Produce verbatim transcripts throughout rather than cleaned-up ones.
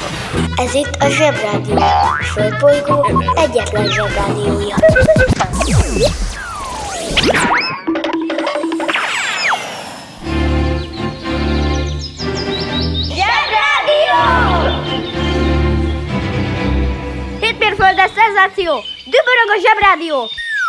Ez itt a Zsebrádió, a Földbolygó egyetlen Zsebrádiója. Zsebrádió! Hétmérföldes szenzáció! Dübörög a Zsebrádió!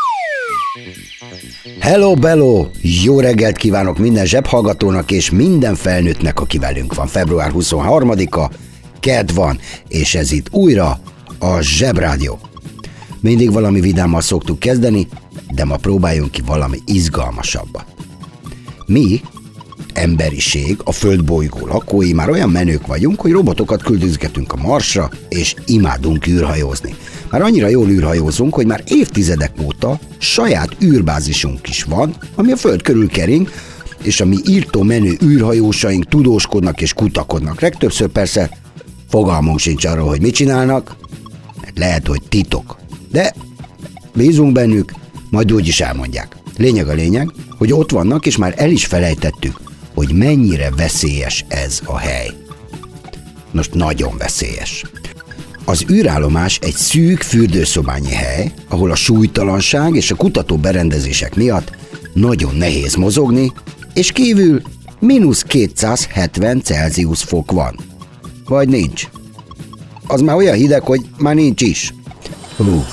Hello, bello! Jó reggelt kívánok minden zsebhallgatónak és minden felnőttnek, aki velünk van. február huszonharmadika, kedd van, és ez itt újra a Zsebrádió. Mindig valami vidámmal szoktuk kezdeni, de ma próbáljunk ki valami izgalmasabbat. Mi, emberiség, a Földbolygó lakói már olyan menők vagyunk, hogy robotokat küldözgetünk a Marsra, és imádunk űrhajózni. Már annyira jól űrhajózunk, hogy már évtizedek óta saját űrbázisunk is van, ami a Föld körül kering, és a mi írtó menő űrhajósaink tudóskodnak és kutakodnak. Legtöbbször persze fogalmunk sincs arról, hogy mit csinálnak, mert lehet, hogy titok. De bízunk bennük, majd úgy is elmondják. Lényeg a lényeg, hogy ott vannak, és már el is felejtettük, hogy mennyire veszélyes ez a hely. Most nagyon veszélyes. Az űrállomás egy szűk fürdőszobányi hely, ahol a súlytalanság és a kutató berendezések miatt nagyon nehéz mozogni, és kívül mínusz kétszázhetven Celsius fok van. Vagy nincs. Az már olyan hideg, hogy már nincs is. Hú.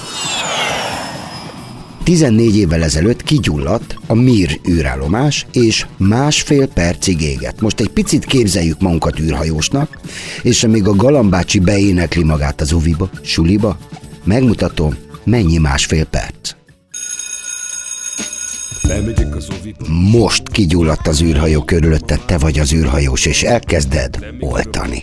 tizennégy évvel ezelőtt kigyulladt a Mir űrállomás, és másfél percig égett. Most egy picit képzeljük magunkat űrhajósnak, és amíg a galambácsi beénekli magát az uviba, suliba, megmutatom, mennyi másfél perc. Most kigyulladt az űrhajó körülötted, te vagy az űrhajós, és elkezded oltani.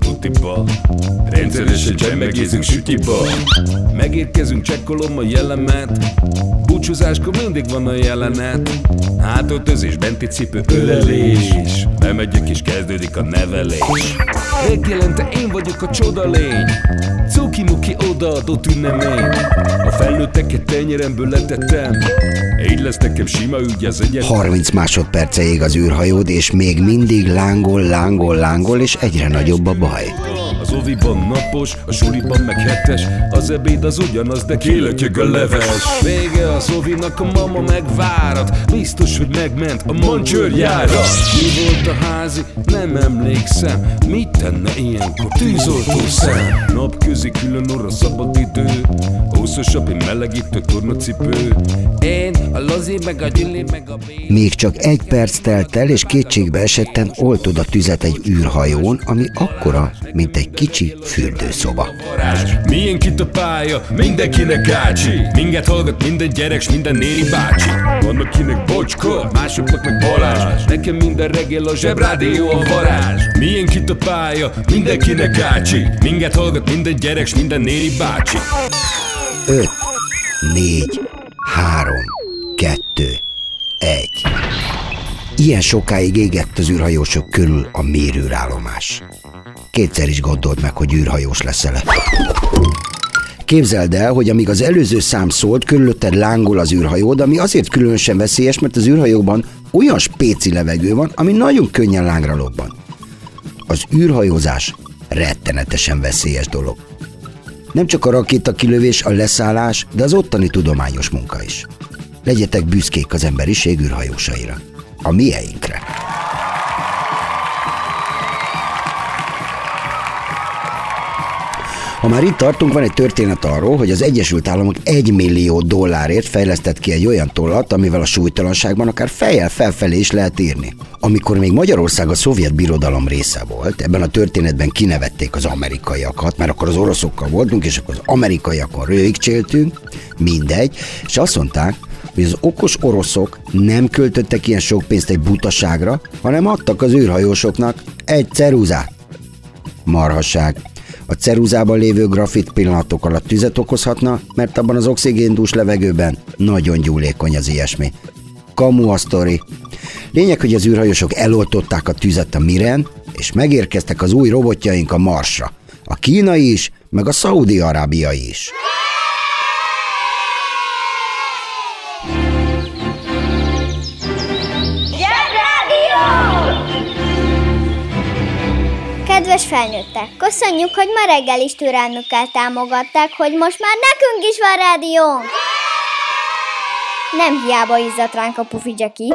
Rendszeresen csemmegézünk sütiba. Megérkezünk, csekkolom a jellemet. Búcsúzáskor mindig van a jelenet. Hátöltözés, benti cipő, ölelés. Bemegyek és kezdődik a nevelés. Reggelente én vagyok a csoda lény. Cuki-muki odaadott ünnemény. A felnőtteket tenyeremből letettem. Így lesz nekem sima ügy az egyet. harminc másodperce ég az űrhajód, és még mindig lángol, lángol, lángol, és egyre nagyobb a baj. Az oviban napos, a suliban meg hetes. Az ebéd az ugyanaz, de kilötyög a leves. Vége az ovinak, a mama megvárat. Biztos, hogy megment a mancsőrjára. Mi volt a házi? Nem emlékszem. Mit tenne ilyenkor tűzoltó szem? Napközi külön orra szabad idő. Húszosabb, én melegítő tornacipő. Én, a lozi, meg a gyüli, meg a bé. Még csak egy perc telt el, és kétségbe esetten oltod a tüzet egy űrhajón, ami akkora, mint egy kicsi fürdőszoba. Milyen kit a pálya, mindenkinek ácsi. Minket hallgat minden gyerek, s minden néri bácsi. Van akinek bocska, másoknak meg Balázs. Nekem minden reggel a Zsebrádió a varázs. Milyen kit a pálya, mindenkinek ácsi. Minket hallgat minden gyerek, s minden néri bácsi. öt, négy, három, kettő, egy. Ilyen sokáig égett az űrhajósok körül a Mir űrállomás. Kétszer is gondold meg, hogy űrhajós leszel-e. Képzeld el, hogy amíg az előző szám szólt, körülötted lángol az űrhajód, ami azért különösen veszélyes, mert az űrhajóban olyan spéci levegő van, ami nagyon könnyen lángra lobban. Az űrhajózás rettenetesen veszélyes dolog. Nem csak a rakétakilövés, a leszállás, de az ottani tudományos munka is. Legyetek büszkék az emberiség űrhajósaira. A mieinkre. Ha már itt tartunk, van egy történet arról, hogy az Egyesült Államok egy millió dollárért fejlesztett ki egy olyan tollat, amivel a súlytalanságban akár fejjel felfelé is lehet írni. Amikor még Magyarország a szovjet birodalom része volt, ebben a történetben kinevették az amerikaiakat, mert akkor az oroszokkal voltunk, és akkor az amerikaiakon röhigcséltünk, mindegy, és azt mondták, hogy az okos oroszok nem költöttek ilyen sok pénzt egy butaságra, hanem adtak az űrhajósoknak egy ceruzát. Marhasság. A ceruzában lévő grafit pillanatok alatt tüzet okozhatna, mert abban az oxigéndús levegőben nagyon gyúlékony az ilyesmi. Kamu a sztori. Lényeg, hogy az űrhajósok eloltották a tüzet a Miren, és megérkeztek az új robotjaink a Marsra. A kínai is, meg a szaudi-arábiai is. Zsebrádió! Kedves felnőttek, köszönjük, hogy ma reggel is türelmükkel támogatták, hogy most már nekünk is van rádiónk! Nem hiába izzadt ránk a Pufi Jackie.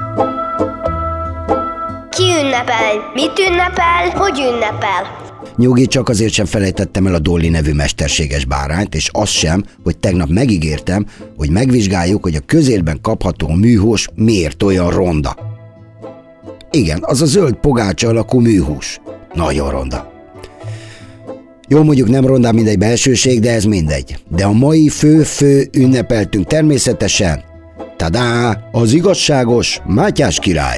Ki ünnepel? Mit ünnepel? Hogy ünnepel? Nyugi, csak azért sem felejtettem el a Dolly nevű mesterséges bárányt, és azt sem, hogy tegnap megígértem, hogy megvizsgáljuk, hogy a közérben kapható műhús miért olyan ronda. Igen, az a zöld pogácsa alakú műhús. Nagyon ronda. Jó, mondjuk nem rondább, mint egy belsőség, de ez mindegy. De a mai fő-fő ünnepeltünk természetesen. Tadá! Az igazságos Mátyás király!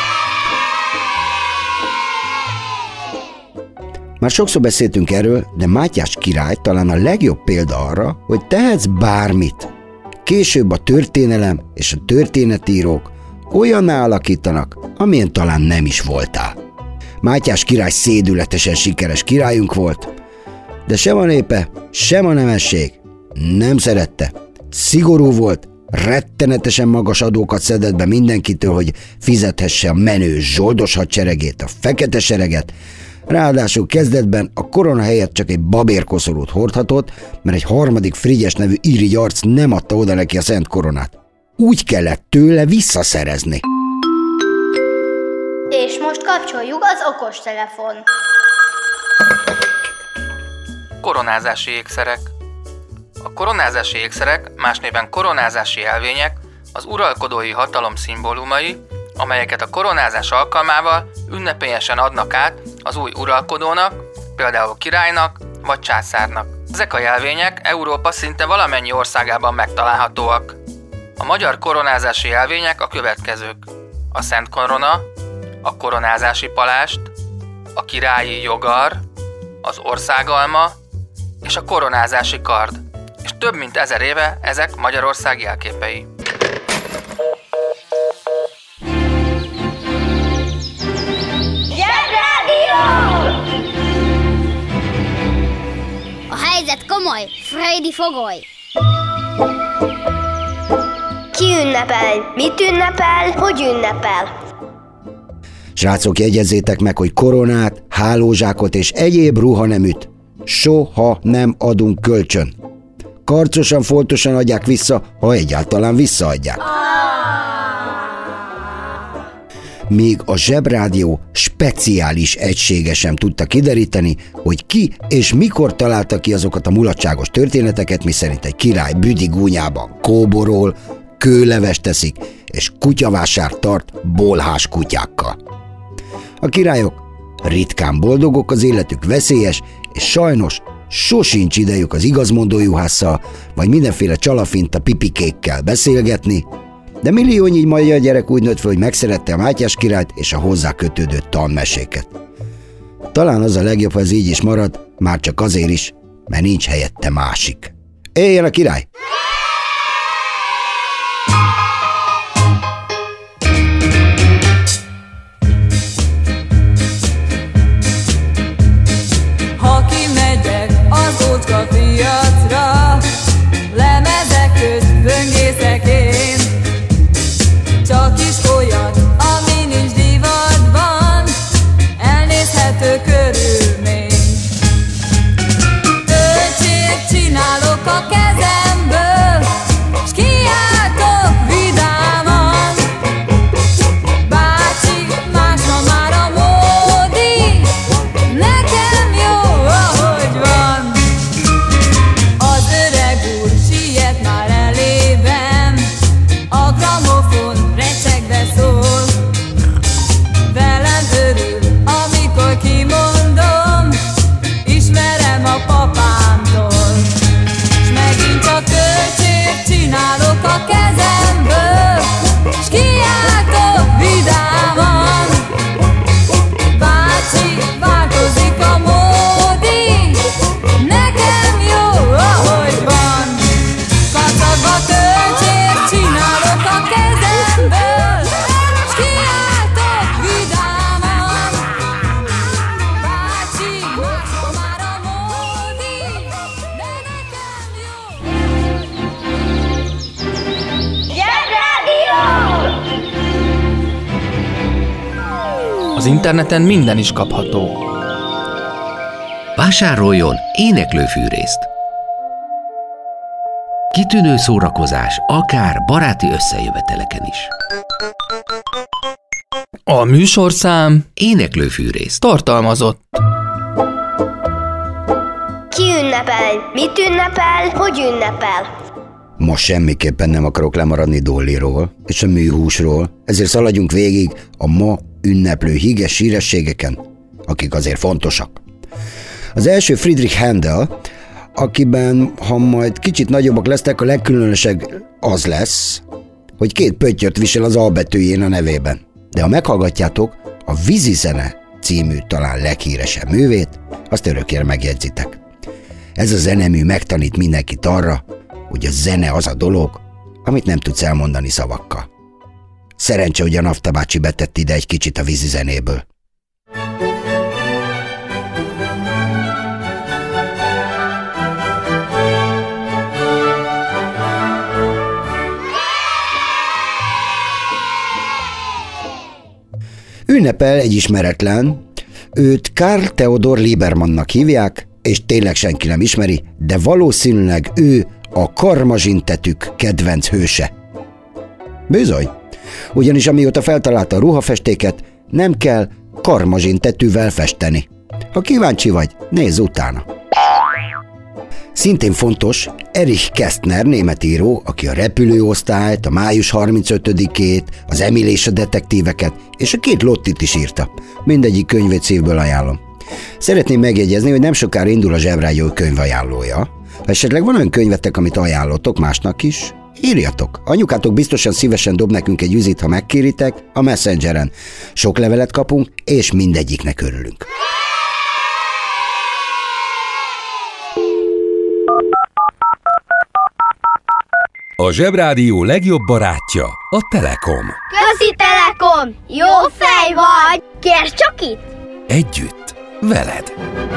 Már sokszor beszéltünk erről, de Mátyás király talán a legjobb példa arra, hogy tehetsz bármit. Később a történelem és a történetírók olyanná alakítanak, amilyen talán nem is voltál. Mátyás király szédületesen sikeres királyunk volt, de sem a népe, sem a nemesség nem szerette. Szigorú volt, rettenetesen magas adókat szedett be mindenkitől, hogy fizethesse a menő zsoldos hadseregét, a fekete sereget. Ráadásul kezdetben a korona helyett csak egy babérkoszorút hordhatott, mert egy harmadik Frigyes nevű irigy arc nem adta oda neki a szent koronát. Úgy kellett tőle visszaszerezni. És most kapcsoljuk az okostelefon. Koronázási ékszerek. A koronázási ékszerek, más néven koronázási jelvények, az uralkodói hatalom szimbólumai, amelyeket a koronázás alkalmával ünnepélyesen adnak át az új uralkodónak, például királynak vagy császárnak. Ezek a jelvények Európa szinte valamennyi országában megtalálhatóak. A magyar koronázási jelvények a következők: a Szent Korona, a koronázási palást, a királyi jogar, az országalma és a koronázási kard, és több mint ezer éve ezek Magyarország jelképei. A helyzet komoly, Freddy fogoly! Ki ünnepel? Mit ünnepel? Hogy ünnepel? Srácok, jegyezzétek meg, hogy koronát, hálózsákot és egyéb ruhaneműt soha nem adunk kölcsön. Karcosan, foltosan adják vissza, ha egyáltalán visszaadják. Míg a Zsebrádió speciális egysége sem tudta kideríteni, hogy ki és mikor találta ki azokat a mulatságos történeteket, miszerint egy király büdi gúnyában kóborol, kőlevest teszik, és kutyavásárt tart bolhás kutyákkal. A királyok ritkán boldogok, az életük veszélyes, és sajnos sosincs idejük az igazmondó juhásszal, vagy mindenféle csalafinta pipikékkel beszélgetni, de milliónyi magyar gyerek úgy nőtt fel, hogy megszerette a Mátyás királyt és a hozzá kötődő tanmeséket. Talán az a legjobb, ha ez így is marad, már csak azért is, mert nincs helyette másik. Éljen a király! Ha kimegyek az ócska piacra, lemezek közt böngészek én, csak is olyat, ami nincs divatban, elnézhető körülmény. Töltsét csinálok a kezemből, s kiáltok vidáman. Bácsi, más ma már a módi, nekem jó, ahogy van. Az öreg úr siet már elében, a gramofon recsegve szól. Velem örül, amikor kimondom, ismerem a papámtól. S megint csak kölcsét csinálok a kezemből, s kiáltok vidáman. Bácsi, változik a módi, nekem jó, ahogy van. Kacagva kölcsét csinálok a kezemből, s kiáltok vidáman. Bácsi, máskor már a módi, de nekem jó. Az interneten minden is kapható. Vásároljon éneklőfűrészt! Kitűnő szórakozás, akár baráti összejöveteleken is. A műsorszám Éneklőfűrészt tartalmazott. Ki ünnepel? Mit ünnepel? Hogy ünnepel? Most semmiképpen nem akarok lemaradni Dollyról és a műhúsról, ezért szaladjunk végig a ma ünneplő híges sírességeken, akik azért fontosak. Az első Friedrich Handel, akiben, ha majd kicsit nagyobbak lesznek, a legkülönösebb az lesz, hogy két pöttyöt visel az A betűjén a nevében. De ha meghallgatjátok a Vízizene című talán leghíresebb művét, azt örökére megjegyzitek. Ez a zenemű megtanít mindenkit arra, hogy a zene az a dolog, amit nem tudsz elmondani szavakkal. Szerencse, hogy a Nafta bácsi betett ide egy kicsit a vízizenéből. Ünnepel egy ismeretlen, őt Karl Theodor Liebermannnak hívják, és tényleg senki nem ismeri, de valószínűleg ő a karmazsintetük kedvenc hőse. Bizony, ugyanis amióta feltalálta a ruhafestéket, nem kell karmazsintetűvel festeni. Ha kíváncsi vagy, nézz utána. Szintén fontos Erich Kästner német író, aki a Repülőosztályt, a május harmincötödikét, az Emil és a detektíveket és a két Lottit is írta. Mindegyik könyvét szívből ajánlom. Szeretném megjegyezni, hogy nem sokára indul a Zsebrádió könyvajánlója. Ha esetleg van olyan könyvetek, amit ajánlotok másnak is, írjatok. Anyukátok biztosan szívesen dob nekünk egy üzit, ha megkéritek, a Messengeren. Sok levelet kapunk, és mindegyiknek örülünk. A Zsebrádió legjobb barátja a Telekom. Közi Telekom! Jó fej vagy! Kérd csak itt! Együtt, veled.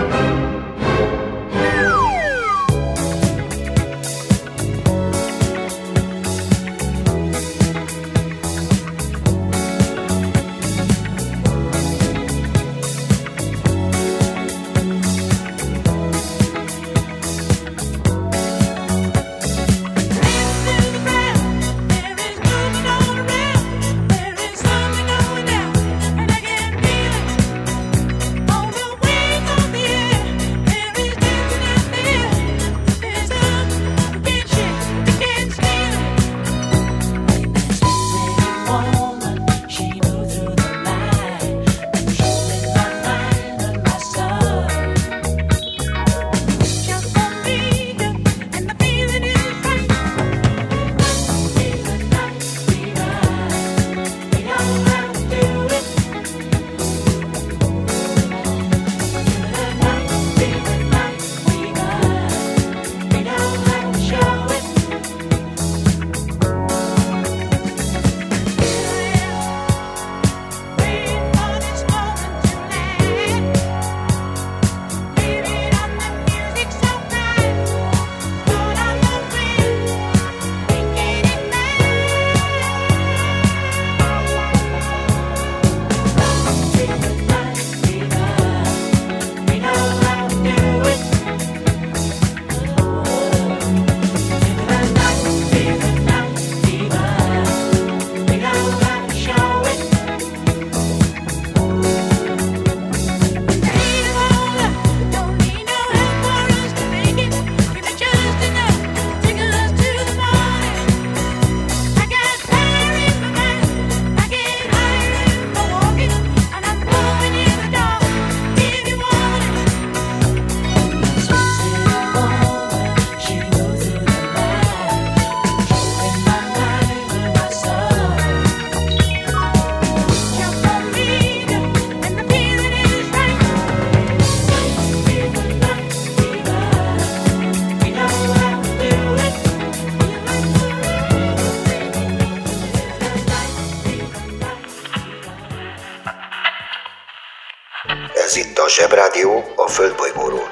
Ez itt a Zsebrádió a Földbolygóról.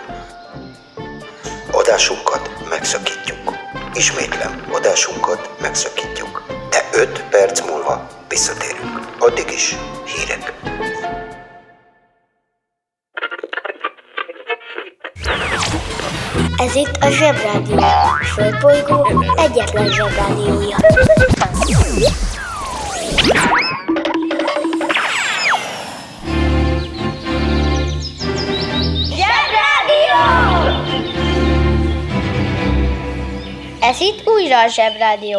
Adásunkat megszakítjuk. Ismétlem, adásunkat megszakítjuk. De öt perc múlva visszatérünk. Addig is hírek. Ez itt a Zsebrádió, a Földbolygó egyetlen Zsebrádiója. Zsebrádió! Ez itt újra a Zsebrádió.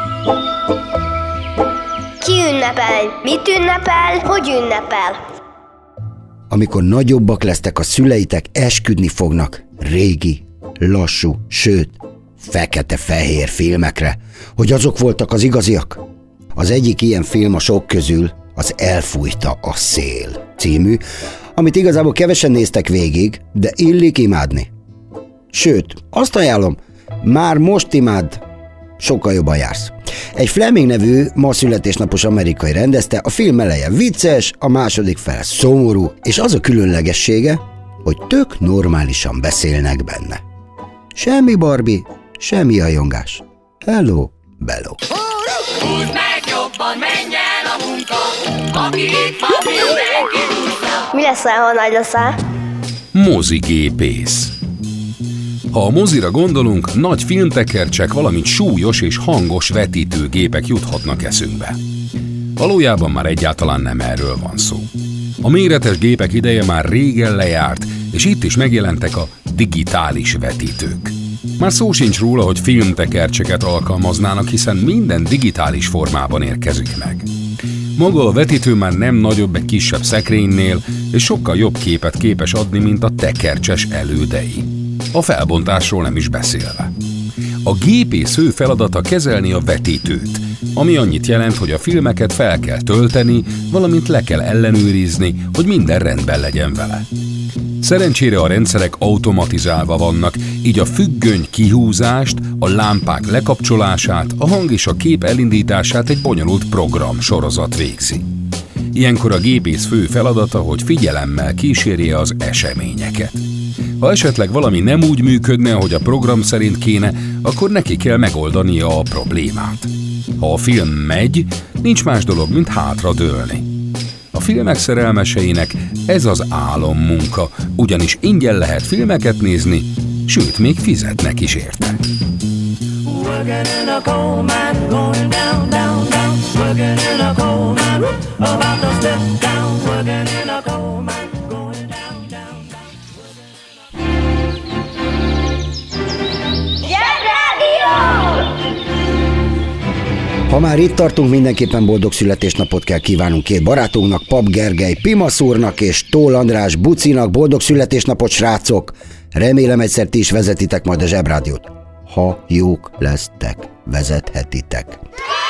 Ki ünnepel? Mit ünnepel? Hogy ünnepel? Amikor nagyobbak lesztek a szüleitek, esküdni fognak régi, lassú, sőt, fekete-fehér filmekre, hogy azok voltak az igaziak. Az egyik ilyen film a sok közül az Elfújta a szél című, amit igazából kevesen néztek végig, de illik imádni. Sőt, azt ajánlom, már most imád, sokkal jobban jársz. Egy Fleming nevű ma születésnapos amerikai rendezte, a film eleje vicces, a második fele szomorú, és az a különlegessége, hogy tök normálisan beszélnek benne. Semmi Barbie, semmi hajongás. Hello, bello. Húzd meg jobban, menj el a munka, aki itt van, mindenki húzza. Mi leszel, ha nagy leszel? Mozigépész. Ha a mozira gondolunk, nagy filmtekercsek, valamint súlyos és hangos vetítőgépek juthatnak eszünkbe. Valójában már egyáltalán nem erről van szó. A méretes gépek ideje már régen lejárt, és itt is megjelentek a digitális vetítők. Már szó sincs róla, hogy filmtekercseket alkalmaznának, hiszen minden digitális formában érkezik meg. Maga a vetítő már nem nagyobb egy kisebb szekrénynél, és sokkal jobb képet képes adni, mint a tekercses elődei. A felbontásról nem is beszélve. A gépész fő feladata kezelni a vetítőt, ami annyit jelent, hogy a filmeket fel kell tölteni, valamint le kell ellenőrizni, hogy minden rendben legyen vele. Szerencsére a rendszerek automatizálva vannak, így a függöny kihúzást, a lámpák lekapcsolását, a hang és a kép elindítását egy bonyolult program sorozat végzi. Ilyenkor a gépész fő feladata, hogy figyelemmel kísérje az eseményeket. Ha esetleg valami nem úgy működne, ahogy a program szerint kéne, akkor neki kell megoldania a problémát. Ha a film megy, nincs más dolog, mint hátradőlni. A filmek szerelmeseinek ez az álommunka, ugyanis ingyen lehet filmeket nézni, sőt, még fizetnek is érte. Ha már itt tartunk, mindenképpen boldog születésnapot kell kívánunk két barátunknak, Pap Gergely Pimasz úrnak és Tól András Bucinak. Boldog születésnapot, srácok! Remélem egyszer ti is vezetitek majd a Zsebrádiót. Ha jók lesztek, vezethetitek.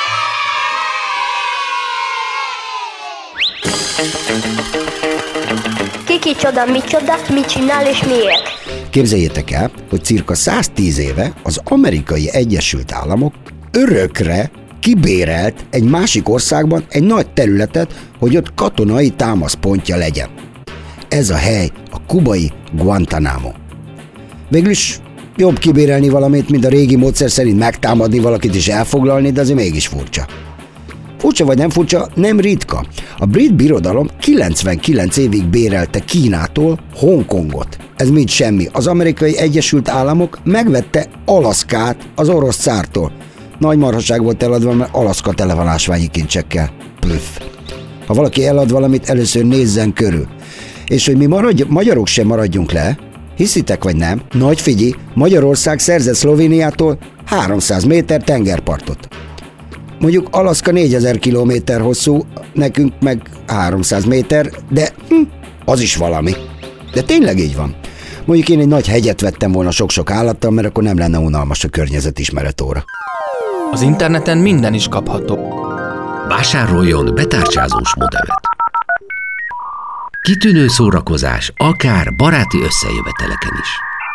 Ki kicsoda, micsoda, mit csinál és miért? Képzeljétek el, hogy cirka száztíz éve az Amerikai Egyesült Államok örökre kibérelt egy másik országban egy nagy területet, hogy ott katonai támaszpontja legyen. Ez a hely a kubai Guantánamo. Végülis jobb kibérelni valamit, mint a régi módszer szerint megtámadni valakit és elfoglalni, de azért mégis furcsa. Furcsa vagy nem furcsa, nem ritka. A brit birodalom kilencvenkilenc évig bérelte Kínától Hongkongot. Ez mind semmi. Az Amerikai Egyesült Államok megvette Alaszkát az orosz cártól. Nagy marhaság volt eladva, mert Alaszka tele van ásványi kincsekkel. Püff. Ha valaki elad valamit, először nézzen körül. És hogy mi maradj, magyarok sem maradjunk le, hiszitek vagy nem, nagy figyelj, Magyarország szerzett Szlovéniától háromszáz méter tengerpartot. Mondjuk Alaszka négyezer kilométer hosszú, nekünk meg háromszáz méter, de hm, az is valami. De tényleg így van. Mondjuk én egy nagy hegyet vettem volna sok-sok állattal, mert akkor nem lenne unalmas a környezetismeret óra. Az interneten minden is kapható. Vásároljon betárcsázós modemet. Kitűnő szórakozás, akár baráti összejöveteleken is.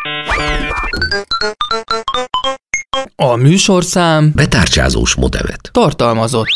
A műsorszám Betárcsázós modemet tartalmazott.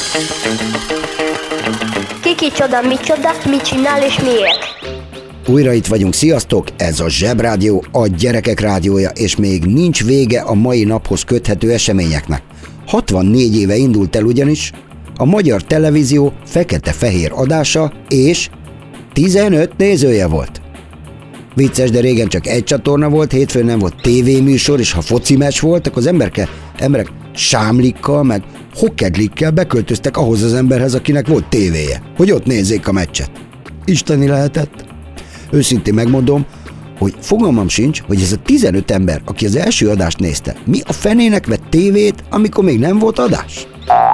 Ki kicsoda, micsoda, mit csinál és miért? Újra itt vagyunk, sziasztok! Ez a Zsebrádió, a gyerekek rádiója, és még nincs vége a mai naphoz köthető eseményeknek. hatvannégy éve indult el ugyanis a Magyar Televízió fekete-fehér adása, és tizenöt nézője volt. Vicces, de régen csak egy csatorna volt, hétfőn nem volt tévéműsor, és ha foci meccs volt, akkor az emberke, emberek sámlikkal, meg hokedlikkel beköltöztek ahhoz az emberhez, akinek volt tévéje, hogy ott nézzék a meccset. Isteni lehetett. Őszintén megmondom, hogy fogalmam sincs, hogy ez a tizenöt ember, aki az első adást nézte, mi a fenének vett tévét, amikor még nem volt adás?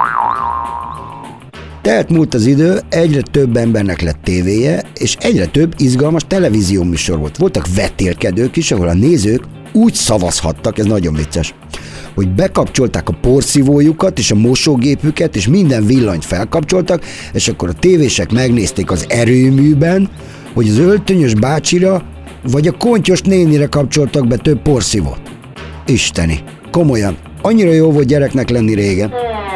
Telt múlt az idő, egyre több embernek lett tévéje, és egyre több izgalmas televízió műsor volt. Voltak vetélkedők is, ahol a nézők úgy szavazhattak, ez nagyon vicces, hogy bekapcsolták a porszívójukat és a mosógépüket, és minden villanyt felkapcsoltak, és akkor a tévések megnézték az erőműben, hogy az öltönyös bácsira vagy a kontyos nénire kapcsoltak be több porszívót. Isteni, komolyan, annyira jó volt gyereknek lenni régen.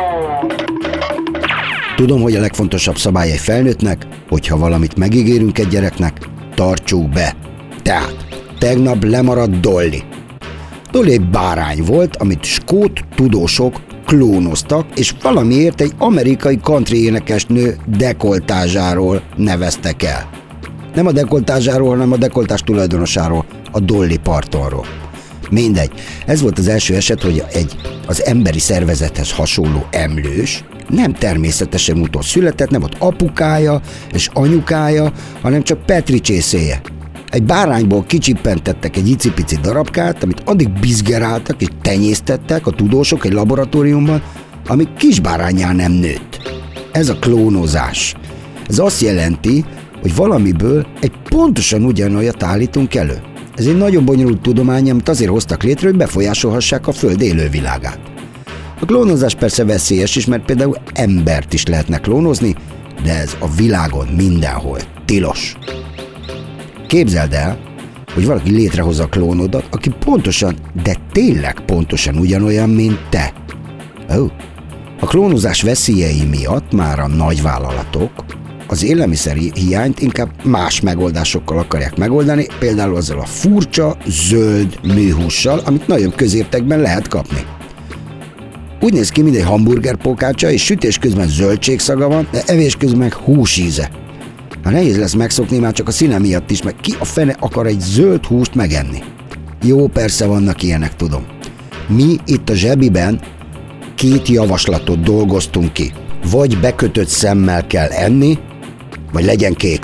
Tudom, hogy a legfontosabb szabály egy felnőttnek, hogyha valamit megígérünk egy gyereknek, tartsuk be. Tehát, tegnap lemaradt Dolly. Dolly egy bárány volt, amit skót tudósok klónoztak, és valamiért egy amerikai country énekesnő dekoltázsáról neveztek el. Nem a dekoltázsáról, hanem a dekoltás tulajdonosáról, a Dolly Partonról. Mindegy. Ez volt az első eset, hogy egy az emberi szervezethez hasonló emlős nem természetesen úton született, nem volt apukája és anyukája, hanem csak Petri csészéje. Egy bárányból kicsippentettek egy icipici darabkát, amit addig bizgeráltak és tenyésztettek a tudósok egy laboratóriumban, ami kisbáránnyá nem nőtt. Ez a klónozás. Ez azt jelenti, hogy valamiből egy pontosan ugyanolyat állítunk elő. Ez egy nagyon bonyolult tudomány, amit azért hoztak létre, hogy befolyásolhassák a Föld élővilágát. A klónozás persze veszélyes is, mert például embert is lehetne klónozni, de ez a világon mindenhol tilos. Képzeld el, hogy valaki létrehozza a klónodat, aki pontosan, de tényleg pontosan ugyanolyan, mint te. Ó, a klónozás veszélyei miatt már a nagyvállalatok az élelmiszer hiányt inkább más megoldásokkal akarják megoldani, például azzal a furcsa, zöld műhússal, amit nagyon közértekben lehet kapni. Úgy néz ki, mint egy hamburgerpokácsa, és sütés közben zöldségszaga van, de evés közben meg húsíze. Ha nehéz lesz megszokni már csak a színe miatt is, meg ki a fene akar egy zöld húst megenni. Jó, persze vannak ilyenek, tudom. Mi itt a Zsebiben két javaslatot dolgoztunk ki. Vagy bekötött szemmel kell enni, vagy legyen kék.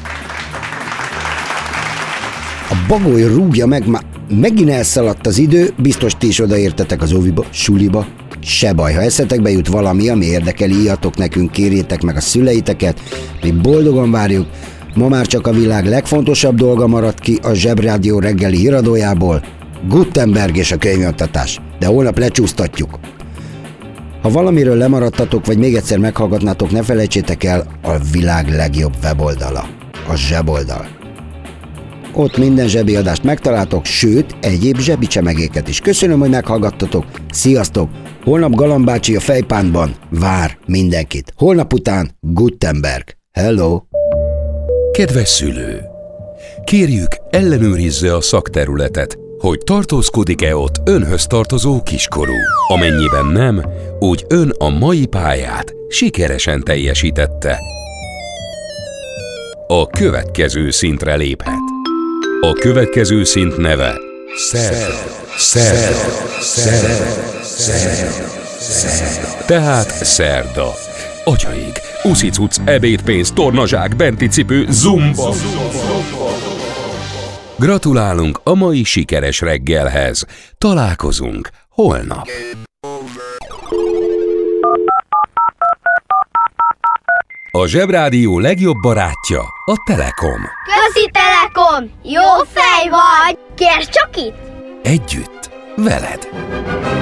A bagoly rúgja meg, már megint elszaladt az idő, biztos ti is odaértetek az óviba, suliba. Se baj, ha eszetekbe jut valami, ami érdekel, írjatok nekünk, kérjétek meg a szüleiteket, mi boldogan várjuk. Ma már csak a világ legfontosabb dolga maradt ki a Zsebrádió reggeli híradójából, Gutenberg és a könyvnyomtatás, de holnap lecsúsztatjuk. Ha valamiről lemaradtatok, vagy még egyszer meghallgatnátok, ne felejtsétek el a világ legjobb weboldala, a Zseboldal. Ott minden zsebi adást megtaláltok, sőt, egyéb zsebi csemegéket is. Köszönöm, hogy meghallgattatok. Sziasztok! Holnap Galamb bácsi a Fejpántban vár mindenkit. Holnap után Gutenberg. Hello! Kedves szülő! Kérjük, ellenőrizze a szakterületet, hogy tartózkodik-e ott önhöz tartozó kiskorú. Amennyiben nem, úgy ön a mai pályát sikeresen teljesítette. A következő szintre léphet. A következő szint neve Szerda. Szerda. Szerda. Szerda. Szerda. Tehát szerda. Atyaik, uszicuc, ebédpénz, tornazsák, benti cipő, zumba. Gratulálunk a mai sikeres reggelhez. Találkozunk holnap. A Zsebrádió legjobb barátja a Telekom. Közi Telekom! Jó fej vagy! Kérd csak itt! Együtt, veled!